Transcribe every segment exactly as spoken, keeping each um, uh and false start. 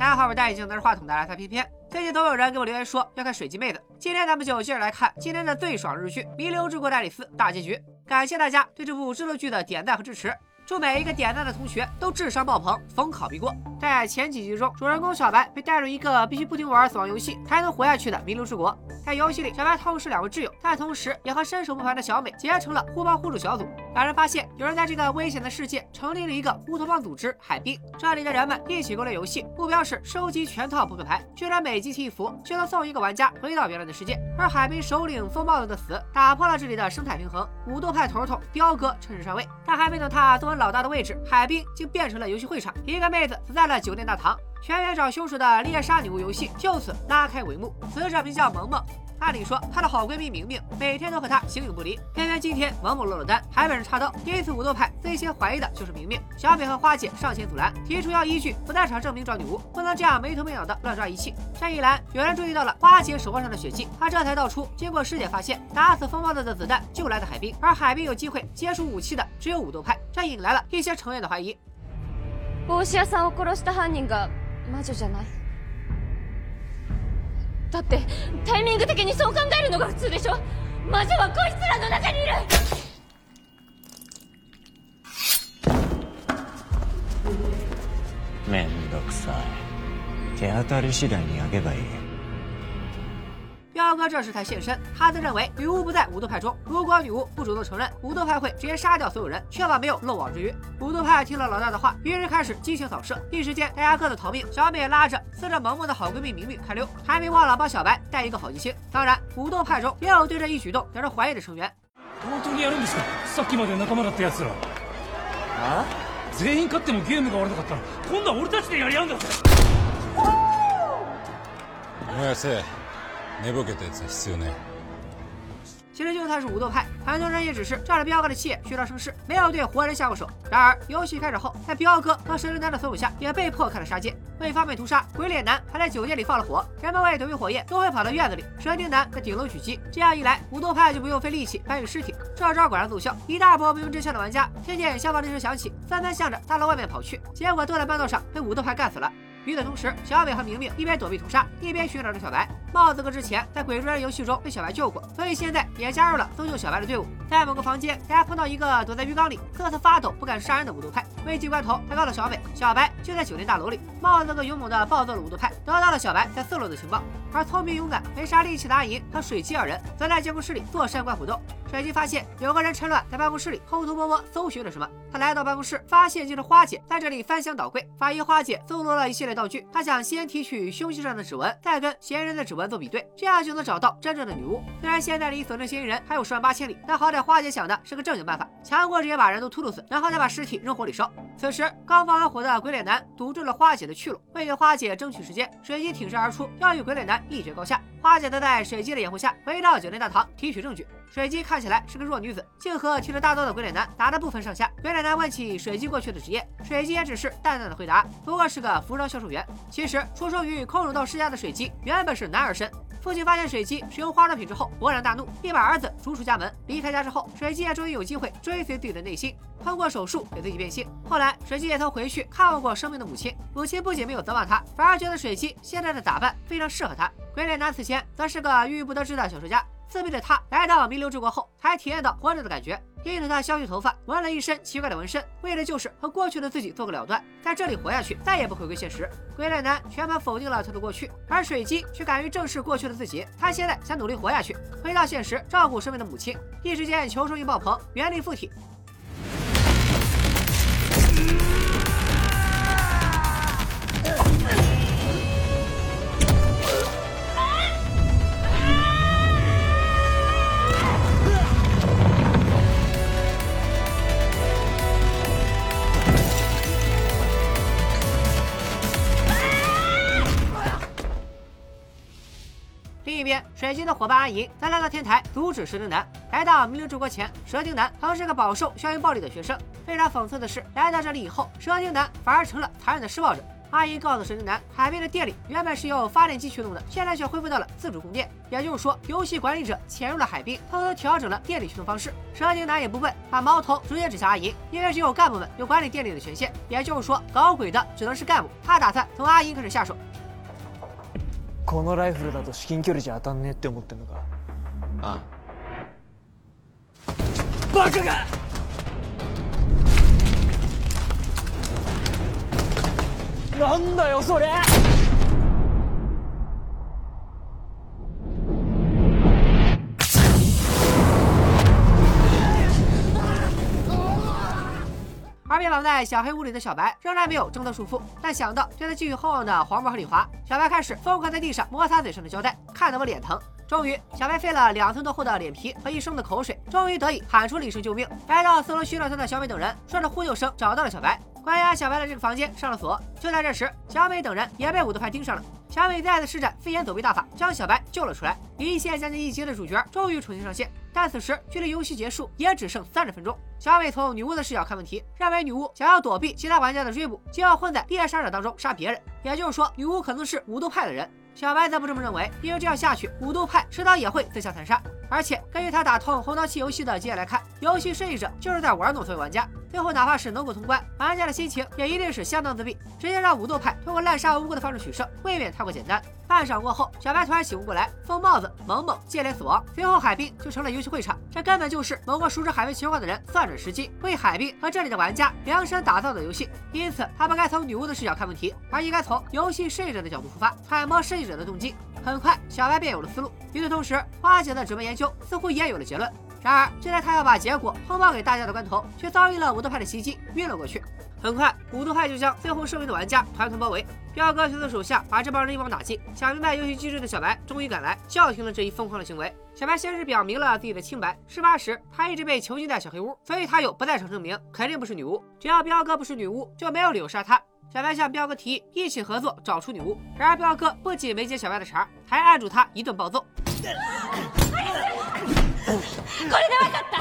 男孩们戴眼镜拿着话筒的来发片片。最近总有人给我留言说要看水晶妹子，今天咱们就接着来看今天的最爽日剧《弥留之国的爱丽丝》大结局。感谢大家对这部智乐剧的点赞和支持。祝每一个点赞的同学都智商爆棚，逢考必过。在前几集中，主人公小白被带入一个必须不停玩死亡游戏才能活下去的弥留之国。在游戏里，小白痛失两位挚友，但同时也和身手不凡的小美结成了互帮互助小组。两人发现有人在这个危险的世界成立了一个乌托邦组织海滨，这里的人们一起攻略游戏，目标是收集全套扑克牌。居然每集提一幅就能送一个玩家回到原来的世界。而海滨首领风暴子的死打破了这里的生态平衡，武斗派头头彪哥趁势上位，但还没等他坐稳老大的位置，海滨竟变成了游戏会场，一个妹子死在了酒店大堂。全员找凶手的猎杀女巫游戏就此拉开帷幕。死者名叫萌萌，按理说她的好闺蜜明明每天都和她形影不离，偏偏今天萌萌落了单，还被人插刀。因此武斗派最先怀疑的就是明明。小美和花姐上前阻拦，提出要依据不在场证明找女巫，不能这样没头没脑的乱抓仪器。这一拦，有人注意到了花姐手腕上的血迹，她这才道出经过师姐发现，打死风暴子的子弹就来自海滨，而海滨有机会接触武器的只有武斗派，这引来了一些成员的怀疑。 帽子屋さんを殺した犯人が魔女じゃない。だってタイミング的にそう考えるのが普通でしょ。魔女はこいつらの中にいる。 めんどくさい。手当たり次第に焼けばいい。 彪哥这时才现身，他自认为女巫不在武斗派中，如果女巫不主动承认，武斗派会直接杀掉所有人，确保没有漏网之鱼。武斗派听了老大的话，于是开始激情扫射，一时间大家各自逃命。小美拉着撕着萌萌的好闺蜜明明开溜，还没忘了帮小白带一个好记性。当然，武斗派中也有对这一举动表示怀疑的成员。 本当にやるんですか？さっきまで仲間だった奴ら。あ？全員勝ってもゲームが終わらなかったら、今度は俺たちでやり合うんだぜ。 燃やせ。寝ぼけたやつは必要ね。 其实就算是武斗派，很多人也只是照着彪哥的气虚张声势，没有对活人下过手。然而游戏开始后，在彪哥和神灵男的怂恿下，也被迫开了杀戒。为方便屠杀，鬼脸男还在酒店里放了火，人们为躲避火焰，都会跑到院子里。蛇精男在顶楼狙击，这样一来，武斗派就不用费力气搬运尸体。这招果然奏效，一大波不明真相的玩家听见消防铃声响起，纷纷向着大楼外面跑去，结果都在半道上被武斗派干死了。与此同时，小美和明明一边躲避屠杀，一边寻找着小白。帽子哥之前在鬼捉人游戏中被小白救过，所以现在也加入了搜救小白的队伍。在某个房间，大家碰到一个躲在浴缸里瑟瑟发抖不敢杀人的武斗派。危急关头，他告了小美，小白就在酒店大楼里。帽子哥勇猛地暴揍了武斗派，得到了小白在四楼的情报。而聪明勇敢没啥力气的阿银和水姬二人则在监控室里坐山观虎斗。水姬发现有个人趁乱在办公室里偷偷摸摸搜寻了什么，他来到办公室，发现竟是花姐在这里翻箱倒柜。法医花姐搜罗了一系列道具，她想先提取凶器上的指纹，再跟嫌疑人的指纹做比对，这样就能找到真正的女巫。虽然现在离锁定嫌疑人还有十万八千里，但好歹花姐想的是个正经办法，强过直接把人都秃噜死，然后再把尸体扔火里烧。此时刚放完火的鬼脸男堵住了花姐的去路，为给花姐争取时间，水姬挺身而出，要与鬼脸男一决高下。花姐则在水姬的掩护下回到酒店大堂提取证据。水姬看起来是个弱女子，竟和提着大刀的鬼脸男打得不分上下。鬼脸男问起水姬过去的职业，水姬也只是淡淡的回答，不过是个服装销售员。其实出生于空手道世家的水姬原本是男儿身。父亲发现水姬使用化妆品之后勃然大怒，并把儿子逐出家门。离开家之后，水姬也终于有机会追随自己的内心，通过手术给自己变性。后来水姬也曾回去看望过生病的母亲，母亲不仅没有责骂她，反而觉得水姬现在的打扮非常适合她。鬼脸男此前则是个郁郁不得志的小说家，自闭的他来到弥留之国后才体验到活着的感觉，因此他削去头发，纹了一身奇怪的纹身，为的就是和过去的自己做个了断，在这里活下去，再也不回归现实。鬼脸男全盘否定了他的过去，而水姬却敢于正视过去的自己。他现在想努力活下去，回到现实，照顾生病的母亲。一时间求生欲爆棚，原力附体。另一边，水晶的伙伴阿银则来到天台阻止蛇精男。来到弥留之国前，蛇精男曾是个饱受校园暴力的学生。非常讽刺的是，来到这里以后，蛇精男反而成了残忍的施暴者。 阿银告诉神之男，海边的电力原本是由发电机驱动的，现在却恢复到了自主供电。也就是说，游戏管理者潜入了海滨，偷偷调整了电力驱动方式。蛇精男也不笨，把矛头直接指向阿银，因为只有干部们有管理电力的权限。也就是说，搞鬼的只能是干部。他打算从阿银开始下手。 このライフルだと至近距離じゃ当たんねえって思ってんのか。 ああ。 バカが！なんだよそれ！ 而被绑在小黑屋里的小白仍然没有挣脱束缚，但想到对他寄予厚望的黄渤和李华，小白开始疯狂在地上摩擦嘴上的胶带，看得我脸疼。终于，小白费了两寸多厚的脸皮和一身的口水，终于得以喊出了一声救命。来到四楼取暖团的小美等人顺着呼救声找到了小白，关押小白的这个房间上了锁。就在这时，小美等人也被五毒派盯上了。小美再次施展飞檐走壁大法，将小白救了出来。离线将近一集的主角终于重新上线，但此时距离游戏结束也只剩三十分钟。小美从女巫的视角看问题，认为女巫想要躲避其他玩家的追捕，就要混在猎杀者当中杀别人，也就是说，女巫可能是五毒派的人。小白则不这么认为，因为这样下去，五毒派迟早也会自相残杀。而且根据他打通红刀七游戏的经验来看，游戏设计者就是在玩弄所有玩家，最后哪怕是能够通关，玩家的心情也一定是相当自闭。直接让武斗派通过滥杀无辜的方式取胜，未免太过简单。半晌过后，小白突然醒悟过来，疯帽子、萌萌接连死亡，随后海滨就成了游戏会场。这根本就是某个熟知海滨情况的人算准时机，为海滨和这里的玩家量身打造的游戏。因此，他不该从女巫的视角看问题，而应该从游戏设计者的角度出发，揣摩设计者的动机。很快，小白便有了思路。与此同时，花姐的指纹研究似乎也有了结论。然而，就在他要把结果通报给大家的关头，却遭遇了武斗派的袭击，晕了过去。很快，武斗派就将最后剩余的玩家团团包围。彪哥随从手下把这帮人一网打尽。想明白游戏机制的小白终于赶来，叫停了这一疯狂的行为。小白先是表明了自己的清白，事发时他一直被囚禁在小黑屋，所以他有不在场证明，肯定不是女巫。只要彪哥不是女巫，就没有理由杀他。小白向彪哥提议一起合作找出女巫，然而彪哥不仅没接小白的茬，还按住他一顿暴揍。 これで分かった。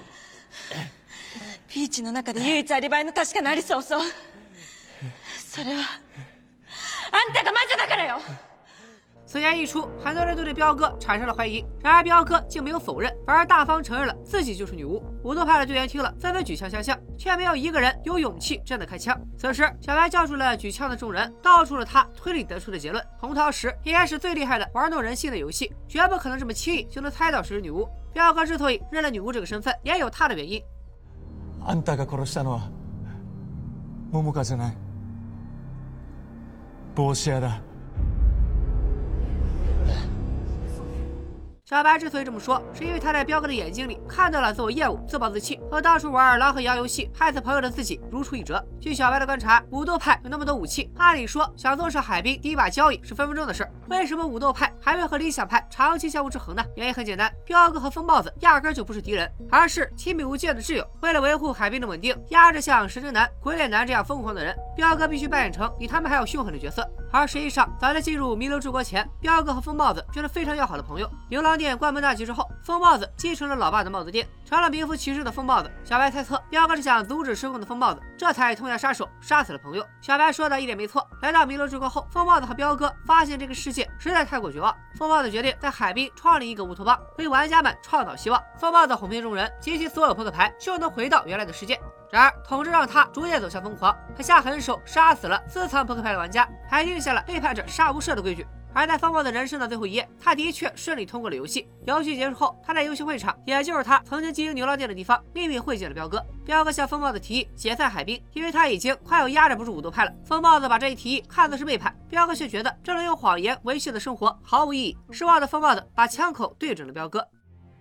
ピーチの中で唯一アリバイの確かなアリスを襲う。それはあんたが魔女だからよ。 此言一出，很多人都对彪哥产生了怀疑。然而彪哥竟没有否认，反而大方承认了自己就是女巫。武斗派的队员听了，纷纷举枪相向，却没有一个人有勇气真的开枪。此时，小白叫住了举枪的众人，道出了他推理得出的结论：红桃十应该是最厉害的玩弄人性的游戏，绝不可能这么轻易就能猜到是女巫。彪哥之所以认了女巫这个身份，也有他的原因。 あんたが殺したのは桃香じゃない。帽子屋だ。 小白之所以这么说，是因为他在彪哥的眼睛里看到了做业务、自暴自弃和当初玩狼和羊游戏害死朋友的自己如出一辙。据小白的观察，武斗派有那么多武器，按理说想坐上海滨第一把交椅是分分钟的事。为什么武斗派还会和理想派长期相互制衡呢？原因很简单，彪哥和疯帽子压根就不是敌人，而是亲密无间的挚友。为了维护海滨的稳定，压着像神之男、鬼脸男这样疯狂的人，彪哥必须扮演成比他们还要凶狠的角色。而实际上，早在进入弥留之国前，彪哥和疯帽子就是非常要好的朋友。流浪店关门大吉之后，疯帽子继承了老爸的帽子店，成了名副其实的疯帽子。小白猜测，彪哥是想阻止失控的疯帽子，这才痛下杀手，杀死了朋友。小白说的一点没错。来到弥留之国后，疯帽子和彪哥发现这个世界实在太过绝望，疯帽子决定在海滨创立一个乌托邦，为玩家们创造希望。疯帽子哄骗众人，集齐所有扑克牌，就能回到原来的世界。然而，统治让他逐渐走向疯狂，他下狠手杀死了私藏扑克牌的玩家，还定下了背叛者杀无赦的规矩。而在疯帽子人生的最后一页，他的确顺利通过了游戏。游戏结束后，他在游戏会场，也就是他曾经经营牛郎店的地方，秘密会见了彪哥。彪哥向疯帽子提议解散海滨，因为他已经快要压制不住武斗派了。疯帽子把这一提议看作是背叛，彪哥却觉得这种用谎言维系的生活毫无意义。失望的疯帽子把枪口对准了彪哥。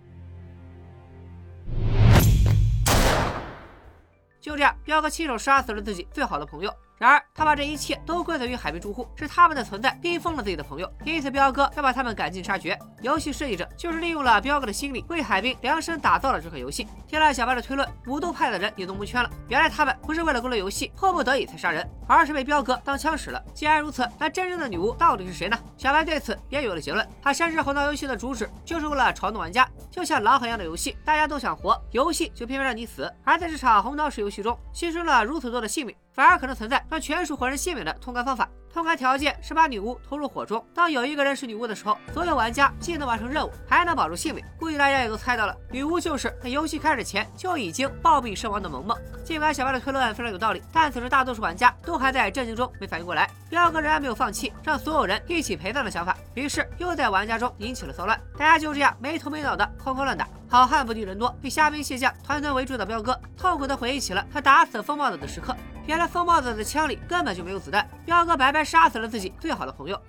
就这样，彪哥亲手杀死了自己最好的朋友。然而，他把这一切都归责于海滨住户，是他们的存在逼疯了自己的朋友，因此彪哥要把他们赶尽杀绝。游戏设计者就是利用了彪哥的心理，为海滨量身打造了这款游戏。听了小白的推论，武斗派的人也弄蒙圈了。原来他们不是为了攻略游戏，迫不得已才杀人，而是被彪哥当枪使了。既然如此，那真正的女巫到底是谁呢？小白对此也有了结论。他深知红桃游戏的主旨就是为了嘲弄玩家，就像狼和羊的游戏，大家都想活，游戏就偏偏让你死。而在这场红桃十游戏中，牺牲了如此多的性命， 反而可能存在让全属活人性命的通关方法。通关条件是把女巫投入火中，当有一个人是女巫的时候，所有玩家既能完成任务，还能保住性命。估计大家也都猜到了，女巫就是在游戏开始前就已经暴毙身亡的萌萌。尽管小白的推论非常有道理，但此时大多数玩家都还在震惊中没反应过来。彪哥仍然没有放弃让所有人一起陪葬的想法，于是又在玩家中引起了骚乱。大家就这样没头没脑的哐哐乱打。好汉不敌人多，被虾兵蟹将团团围住的彪哥痛苦地回忆起了他打死疯帽子的时刻。原来疯帽子的枪里根本就没有子弹，彪哥白白杀死了自己最好的朋友。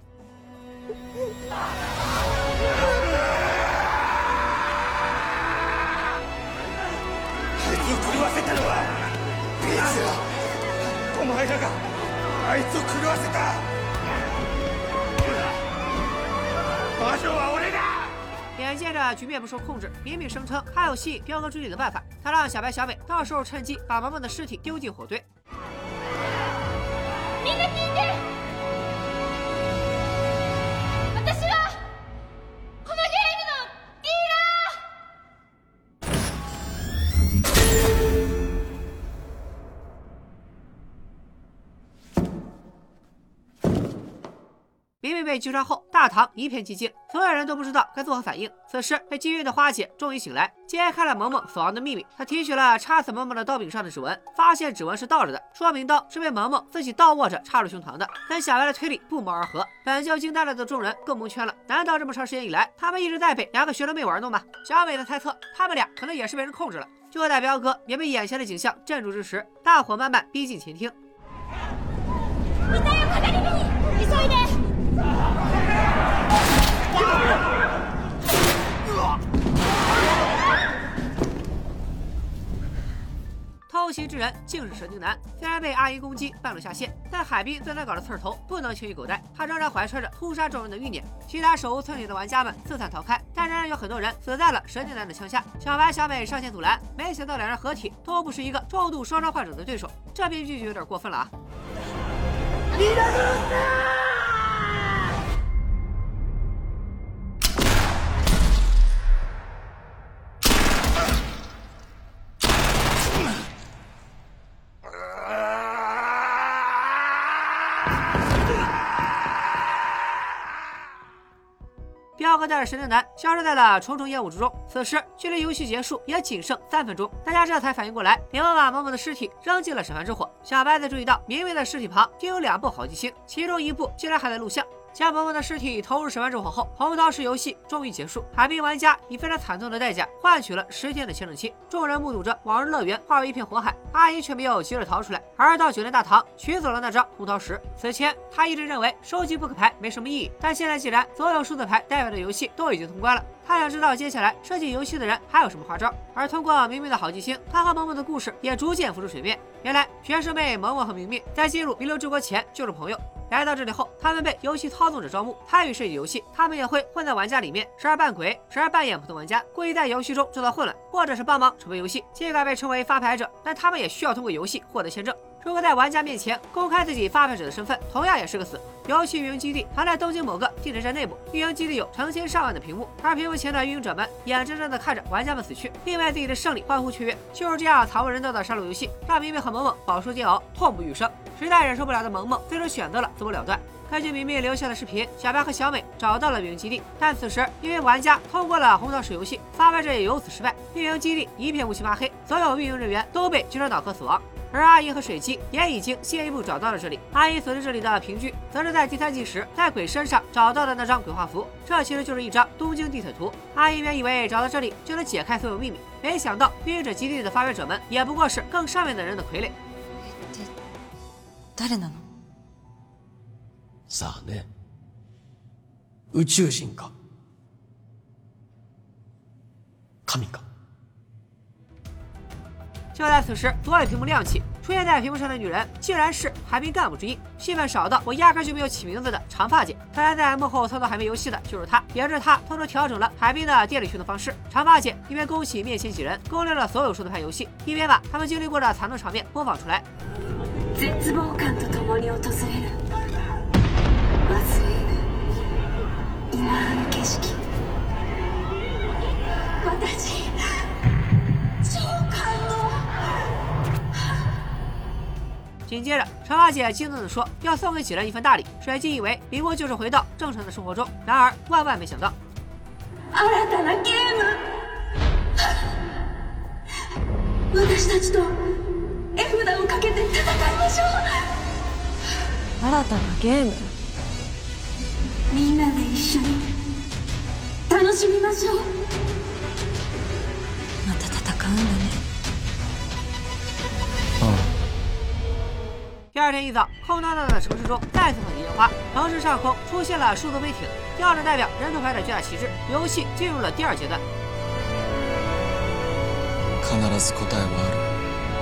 あいつを狂わせたのはビーチだ。お前らがあいつを狂わせた。魔女は俺だ。 眼见着局面不受控制，明明声称还有吸引彪哥注意的办法，他让小白、小美到时候趁机把萌萌的尸体丢进火堆。 みんな聞いて！私はこのゲームのディー明明被击穿后，大堂一片寂静，所有人都不知道该作何反应。此时，被击晕的花姐终于醒来，揭开了萌萌死亡的秘密。她提取了插死萌萌的刀柄上的指纹，发现指纹是倒着的，说明刀是被萌萌自己倒握着插入胸膛的，跟小白的推理不谋而合。本就惊呆了的众人更蒙圈了，难道这么长时间以来，他们一直在被两个学生妹玩弄吗？小美的猜测，他们俩可能也是被人控制了。就在彪哥也被眼前的景象镇住之时，大伙慢慢逼近前厅。 遺体を係りに急いで！ 偷袭之人竟是神经男，虽然被阿姨攻击半路下线，但海滨最难搞的刺儿头不能轻易狗带，他仍然怀揣着屠杀众人的欲念。其他手无寸铁的玩家们四散逃开，但仍然有很多人死在了神经男的枪下。小白、小美上前阻拦，没想到两人合体都不是一个重度烧伤患者的对手，这编剧就有点过分了啊！彪哥带着神经男消失在了重重烟雾之中。此时距离游戏结束也仅剩三分钟，大家这才反应过来，连忙把萌萌的尸体扔进了审判之火。小白才注意到明明的尸体旁就有两部好机星，其中一部竟然还在录像。将萌萌的尸体投入审判之火后，红桃式游戏终于结束。海滨玩家以非常惨痛的代价换取了十天的清冷期。众人目睹着往日乐园化为一片火海，阿姨却没有急着逃出来，而到酒店大堂取走了那张红桃石。此前他一直认为收集扑克牌没什么意义，但现在既然所有数字牌代表的游戏都已经通关了，他想知道接下来设计游戏的人还有什么花招。而通过明明的好记星，他和萌萌的故事也逐渐浮出水面。原来学生妹萌萌和明明在进入弥留之国前就是朋友。来到这里后，他们被游戏操纵者招募，参与设计游戏。他们也会混在玩家里面，时而扮鬼，时而扮演普通玩家，故意在游戏中制造混乱，或者是帮忙筹备游戏。尽管被称为发牌者，但他们也需要通过游戏获得签证。如果在玩家面前公开自己发牌者的身份，同样也是个死。游戏运营基地藏在东京某个地铁站内部，运营基地有成千上万的屏幕，而屏幕前的运营者们眼睁睁地看着玩家们死去，并为自己的胜利欢呼雀跃。就是这样惨无人道的杀戮游戏，让明明和萌萌饱受煎熬，痛不欲生。实在忍受不了的萌萌，最终选择了自我了断。根据明明留下的视频，小白和小美找到了运营基地，但此时因为玩家通过了红桃式游戏，发牌者也由此失败，运营基地一片乌漆麻黑，所有运营人员都被击穿脑壳死亡。而阿姨和水姬也已经先一步找到了这里。阿姨所知这里的凭据，则是在第三季时在鬼身上找到的那张鬼画符，这其实就是一张东京地毯图。阿姨原以为找到这里就能解开所有秘密，没想到运营者基地的发牌者们也不过是更上面的人的傀儡。 誰なの？ さあね。宇宙人か神か。 就在此时，左尾屏幕亮起，出现在屏幕上的女人竟然是海滨干部之一，戏份少到我压根就没有起名字的长发姐。看来在幕后操作海滨游戏的就是她，也是她偷偷调整了海滨的电力驱动方式。长发姐一边恭喜面前几人攻略了所有数字牌游戏，一边把他们经历过的惨痛场面播放出来。 絶望感と共に訪れる忘れぬ今あの景色私超感動。 紧紧接着，长发姐激动地说要送给几人一份大礼。水晶以为李牧就是回到正常的生活中，然而万万没想到， 新たなゲーム私たちと絵札をかけて戦いましょう。 新たなゲームみんなで一緒に楽しみましょう。 また戦うんだね。 第二天一早，空荡荡的城市中再次放起烟花，城市上空出现了数字飞艇，吊着代表人头牌的巨大旗帜。游戏进入了第二阶段。 必ず答えはある。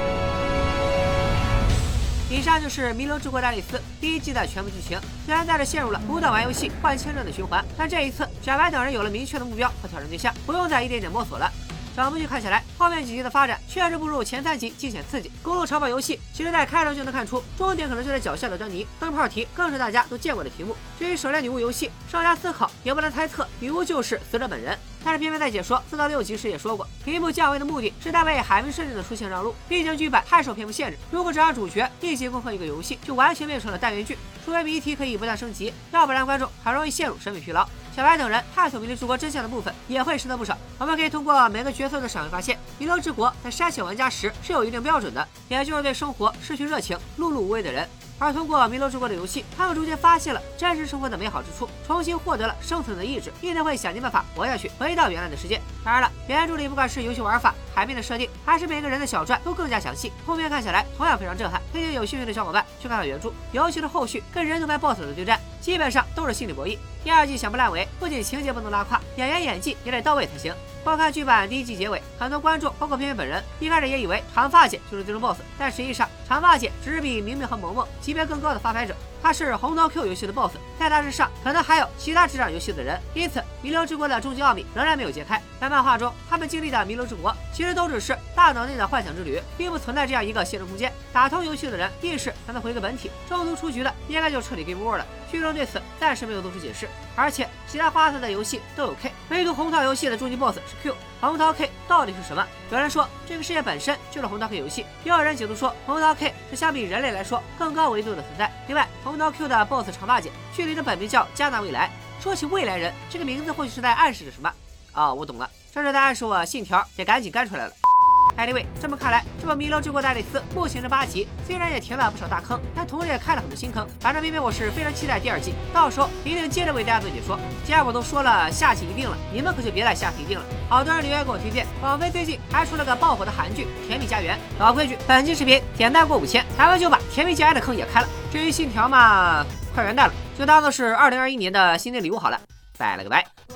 以上就是《弥留之国代理斯》第一季的全部剧情。虽然在这陷入了不断玩游戏换签证的循环，但这一次小白等人有了明确的目标和挑战对象，不用再一点点摸索了。整部剧看起来，后面几集的发展确实不如前三集惊险刺激。公路长跑游戏其实在开头就能看出，终点可能就在脚下的端倪。灯泡题更是大家都见过的题目。至于狩猎女巫游戏，稍加思考也不难猜测，女巫就是死者本人。但是偏偏在解说四到六集时也说过，题目降维的目的是在为海文设定的出现让路。毕竟剧版太受篇幅限制，如果只让主角一集共和一个游戏，就完全变成了单元剧。除非谜题可以不断升级，要不然观众很容易陷入审美疲劳。小白等人探索弥留之国真相的部分也会深得不少。我们可以通过每个角色的赏味发现，弥留之国在筛选玩家时是有一定标准的，也就是对生活失去热情、碌碌无为的人。而通过弥留之国的游戏，他们逐渐发现了真实生活的美好之处，重新获得了生存的意志，一定会想尽办法活下去，回到原来的世界。当然了，原著里不管是游戏玩法、海面的设定，还是每个人的小传都更加详细，后面看起来同样非常震撼。推荐有兴趣的小伙伴去看看原著。游戏的后续跟人头牌 B O S S 的对战，基本上都是心理博弈。第二季想不烂尾，不仅情节不能拉胯，演员演技也得到位才行。观看剧版第一季结尾，很多观众包括偏偏本人一开始也以为长发姐就是最终 B O S S， 但实际上长发姐只是比明明和萌萌级别更高的发牌者，她是红桃 Q 游戏的 B O S S， 在她之上可能还有其他执掌游戏的人，因此弥留之国的终极奥秘仍然没有揭开。在漫画中，他们经历的弥留之国其实都只是大脑内的幻想之旅，并不存在这样一个现实空间。打通游戏的人意识才能回归本体，中途出局的应该就彻底 game over 了。剧中对此暂时没有做出解释，而且其他花色的游戏都有 K， 唯独红桃游戏的终极 B O S S 是 Q。红桃 K 到底是什么？有人说这个世界本身就是红桃 K 游戏，也有人解读说红桃 K 是相比人类来说更高维度的存在。另外，红桃 Q 的 B O S S 长发姐，剧里的本名叫加纳未来。说起未来人这个名字，或许是在暗示着什么？哦，我懂了，这是在暗示我信条得赶紧干出来了。Anyway， 这么看来，这部《弥留之国代理斯》目前这八集虽然也填了不少大坑，但同时也开了很多新坑。反正偏偏我是非常期待第二季，到时候一定接着为大家做解说。既然我都说了下期一定了，你们可就别来下次一定了。好多人留言给我推荐，网飞最近还出了个爆火的韩剧《甜蜜家园》。老规矩，本期视频点赞过五千，台湾就把《甜蜜家园》的坑也开了。至于信条嘛，快元旦了，就当做是二零二一年的新年礼物好了。拜了个拜。